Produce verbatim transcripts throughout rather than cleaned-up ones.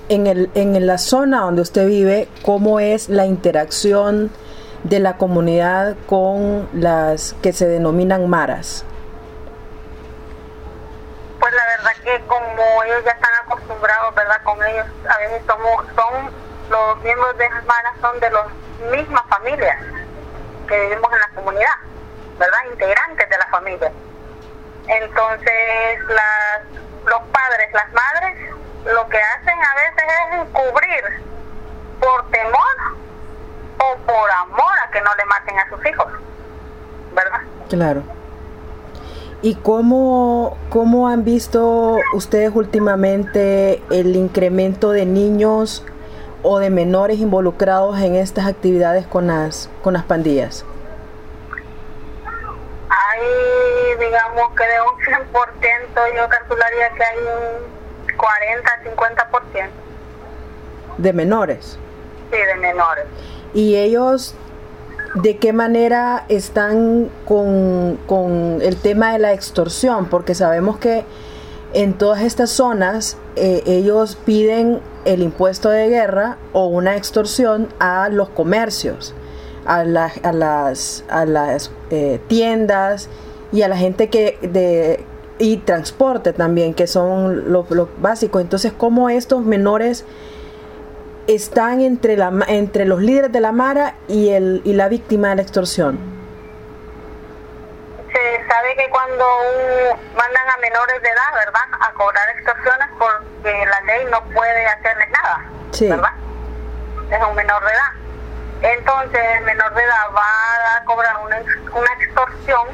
en, el, en la zona donde usted vive, ¿cómo es la interacción de la comunidad con las que se denominan maras? Pues la verdad que como ellos ya están acostumbrados, ¿verdad? Con ellos, a veces somos, son los miembros de las maras son de las mismas familias que vivimos en la comunidad, ¿verdad? Integrantes de la familia. Entonces, las, los padres, las madres, lo que hacen a veces es encubrir por temor o por amor a que no le maten a sus hijos, ¿verdad? Claro. ¿Y cómo, cómo han visto ustedes últimamente el incremento de niños o de menores involucrados en estas actividades con las, con las pandillas? Hay, digamos que de un cien por ciento yo calcularía que hay un cuarenta a cincuenta por ciento. ¿De menores? Sí, de menores. ¿Y ellos de qué manera están con, con el tema de la extorsión? Porque sabemos que en todas estas zonas eh, ellos piden el impuesto de guerra o una extorsión a los comercios, a, la, a las, a las eh, tiendas y a la gente que de y transporte también, que son los lo básicos. Entonces, ¿cómo estos menores están entre, la, entre los líderes de la mara y, el, y la víctima de la extorsión? Se sabe que cuando un, mandan a menores de edad, ¿verdad?, a cobrar extorsiones porque la ley no puede hacerles nada, sí, ¿verdad? Es un menor de edad. Entonces el menor de edad va a cobrar una, una extorsión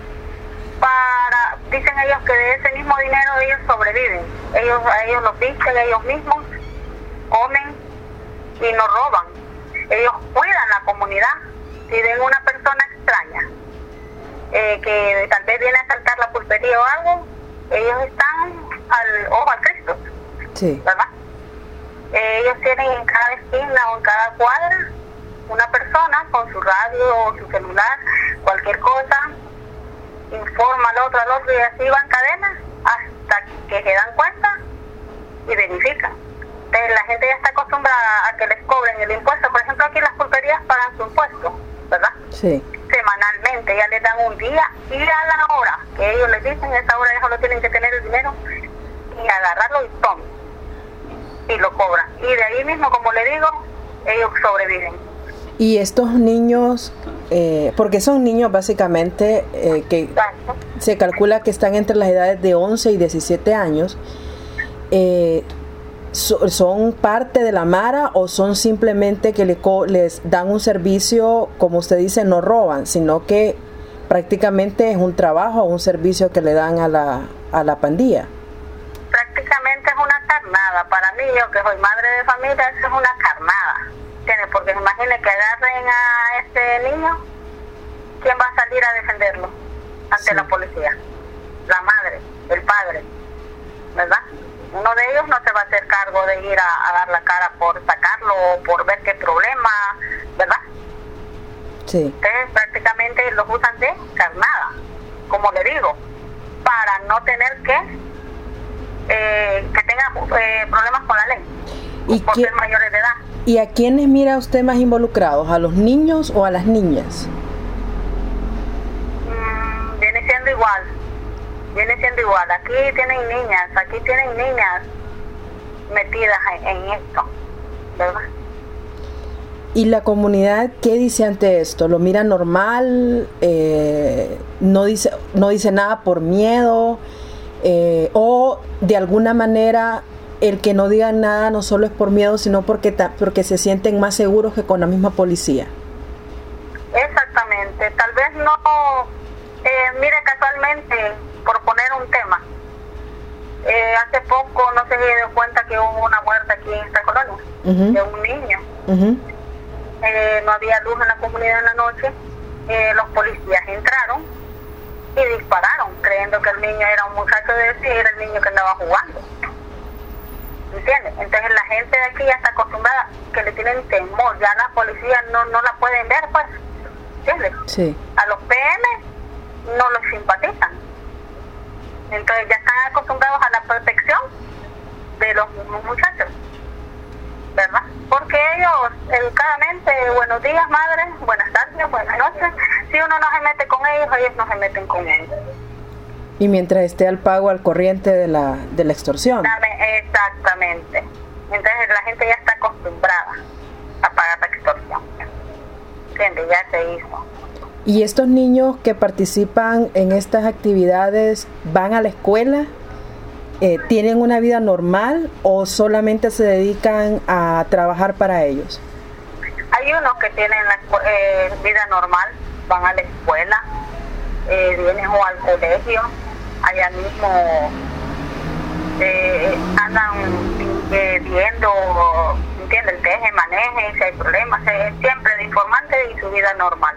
para, dicen ellos que de ese mismo dinero ellos sobreviven. Ellos, a ellos los visten ellos mismos, comen y no roban. Ellos cuidan la comunidad. Si ven una persona extraña eh, que tal vez viene a asaltar la pulpería o algo, ellos están al ojo a Cristo, sí, ¿verdad? Eh, ellos tienen en cada esquina o en cada cuadra una persona con su radio o su celular, cualquier cosa, informa al otro, al otro, y así van cadenas hasta que se dan cuenta y verifican. Entonces la gente ya está acostumbrada a que les cobren el impuesto. Por ejemplo, aquí las pulperías pagan su impuesto, ¿verdad? Sí. Semanalmente, ya les dan un día y a la hora que ellos les dicen, esa hora ya solo tienen que tener el dinero y agarrarlo y tomen. Y lo cobran. Y de ahí mismo, como le digo, ellos sobreviven. Y estos niños, eh, porque son niños básicamente, eh, que Exacto. Se calcula que están entre las edades de once y diecisiete años, eh, so, ¿son parte de la mara o son simplemente que le co- les dan un servicio, como usted dice, no roban, sino que prácticamente es un trabajo o un servicio que le dan a la, a la pandilla? Prácticamente es una carnada. Para mí, yo que soy madre de familia, eso es una carnada. ¿Entiendes? Porque imagine que agarren a este niño, ¿quién va a salir a defenderlo ante sí. la policía? La madre, el padre, ¿verdad? Uno de ellos no se va a hacer cargo de ir a, a dar la cara por sacarlo o por ver qué problema, ¿verdad? Sí. Entonces prácticamente los usan de carnada, como le digo, para no tener que eh, que tengan eh, problemas con la ley, ¿Y por qué, ser mayores de edad. ¿Y a quiénes mira usted más involucrados? ¿A los niños o a las niñas? Mm, viene siendo igual, viene siendo igual. Aquí tienen niñas, aquí tienen niñas metidas en, en esto, ¿verdad? ¿Y la comunidad qué dice ante esto? ¿Lo mira normal? Eh, no dice, no dice nada por miedo? Eh, ¿O de alguna manera el que no digan nada no solo es por miedo, sino porque, ta- porque se sienten más seguros que con la misma policía? Exactamente. Tal vez no... Eh, mire, casualmente, por poner un tema, eh, hace poco no se dio cuenta que hubo una muerte aquí en esta colonia, uh-huh. de un niño. Uh-huh. Eh, no había luz en la comunidad en la noche. Eh, los policías entraron y dispararon, creyendo que el niño era un muchacho de decir, era el niño que andaba jugando. ¿Entiendes? Entonces la gente de aquí ya está acostumbrada, que le tienen temor, ya las policías no, no la pueden ver, pues, ¿entiendes? Sí. A los P M no los simpatizan. Entonces ya están acostumbrados a la protección de los mismos muchachos. ellos educadamente, buenos días madre, buenas tardes, buenas noches, si uno no se mete con ellos, ellos no se meten con ellos. Y mientras esté al pago al corriente de la, de la extorsión. Exactamente. Entonces la gente ya está acostumbrada a pagar la extorsión. ¿Entiendes? Ya se hizo. ¿Y estos niños que participan en estas actividades van a la escuela? Eh, ¿Tienen una vida normal o solamente se dedican a trabajar para ellos? Hay unos que tienen la eh, vida normal, van a la escuela, eh, vienen o al colegio, allá mismo eh, andan eh, viendo, ¿entiendes? El teje, maneje, si hay problemas, eh, siempre de informante y su vida normal.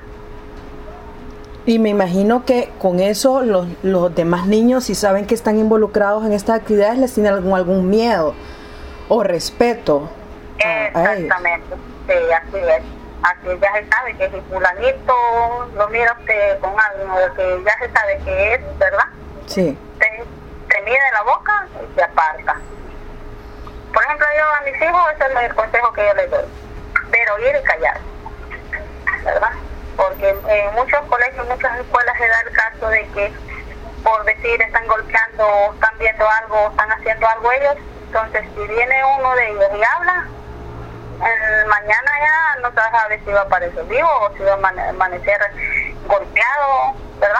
Y me imagino que con eso los, los demás niños, si saben que están involucrados en estas actividades, les tienen algún, algún miedo o respeto a, a ellos. Exactamente, sí, así es. Así ya se sabe que si fulanito lo mira usted con algo que ya se sabe que es, ¿verdad? Sí. Te, te mide la boca y se aparta. Por ejemplo, yo a mis hijos, ese es el consejo que yo les doy. Ver, oír y callar, ¿verdad? Porque en muchos colegios, muchas escuelas se da el caso de que por decir están golpeando, están viendo algo, están haciendo algo ellos, entonces si viene uno de ellos y habla, el mañana ya no se sabe si va a aparecer vivo o si va a amanecer golpeado, ¿verdad?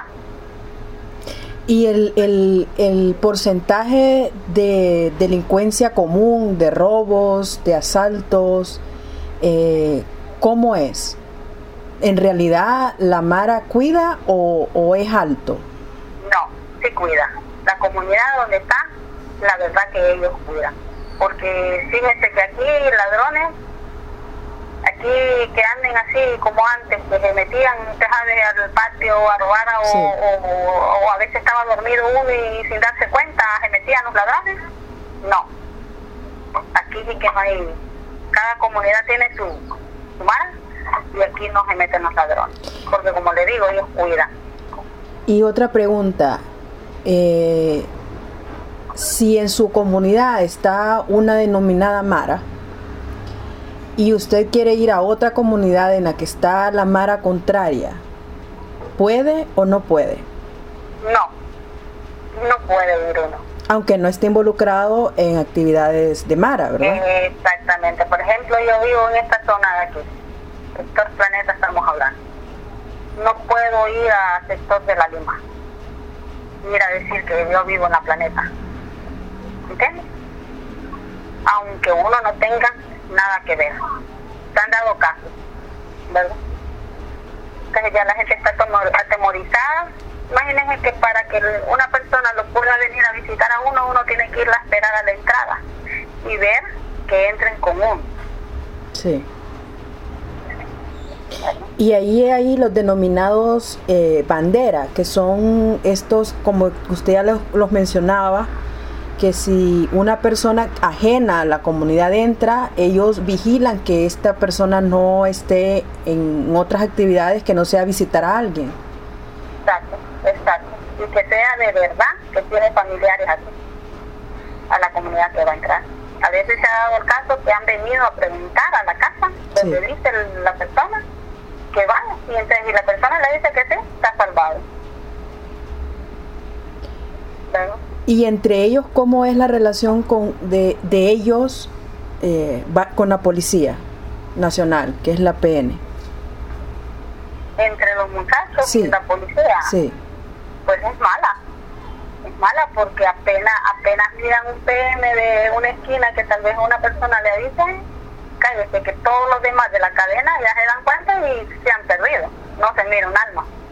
¿Y el, el, el porcentaje de delincuencia común, de robos, de asaltos, eh, cómo es? ¿En realidad la Mara cuida o, o es alto? No, sí cuida. La comunidad donde está, la verdad que ellos cuidan. Porque fíjense que aquí ladrones, aquí que anden así como antes, que se metían, usted sabe, al patio a robar o, sí. o, o, o a veces estaba dormido uno y sin darse cuenta se metían los ladrones. No. Aquí sí que no hay. Cada comunidad tiene su, su Mara. Y aquí no se meten los ladrones, porque como le digo, ellos cuidan. Y otra pregunta, eh, si en su comunidad está una denominada Mara y usted quiere ir a otra comunidad en la que está la Mara contraria, ¿puede o no puede? No, no puede ir uno. Aunque no esté involucrado en actividades de Mara, ¿verdad? Eh, exactamente. Por ejemplo, yo vivo en esta zona de aquí. Sector Planeta estamos hablando. No puedo ir a sector de la Lima. Ir a decir que yo vivo en la Planeta. ¿Entiendes? Aunque uno no tenga nada que ver. Se han dado casos, ¿verdad? Entonces ya la gente está atemorizada. Imagínense que para que una persona lo pueda venir a visitar a uno, uno tiene que ir a esperar a la entrada y ver que entren con uno. Sí. Y ahí hay los denominados eh, bandera, que son estos, como usted ya los, los mencionaba, que si una persona ajena a la comunidad entra, ellos vigilan que esta persona no esté en otras actividades, que no sea visitar a alguien. Exacto, exacto. Y que sea de verdad que tiene familiares aquí, a la comunidad que va a entrar. A veces se ha dado el caso que han venido a preguntar a la casa donde sí. dice la persona que vaya, y entonces si la persona le dice que sí, está salvado. ¿Verdad? Y entre ellos, ¿cómo es la relación con de, de ellos eh, va, con la Policía Nacional, que es la P N? Entre los muchachos sí. y la policía, sí. pues es mala. Es mala porque apenas apenas miran un P M de una esquina que tal vez una persona le avise, cállese, que todos los demás de la cadena ya se dan cuenta y se han perdido. No se mira un alma.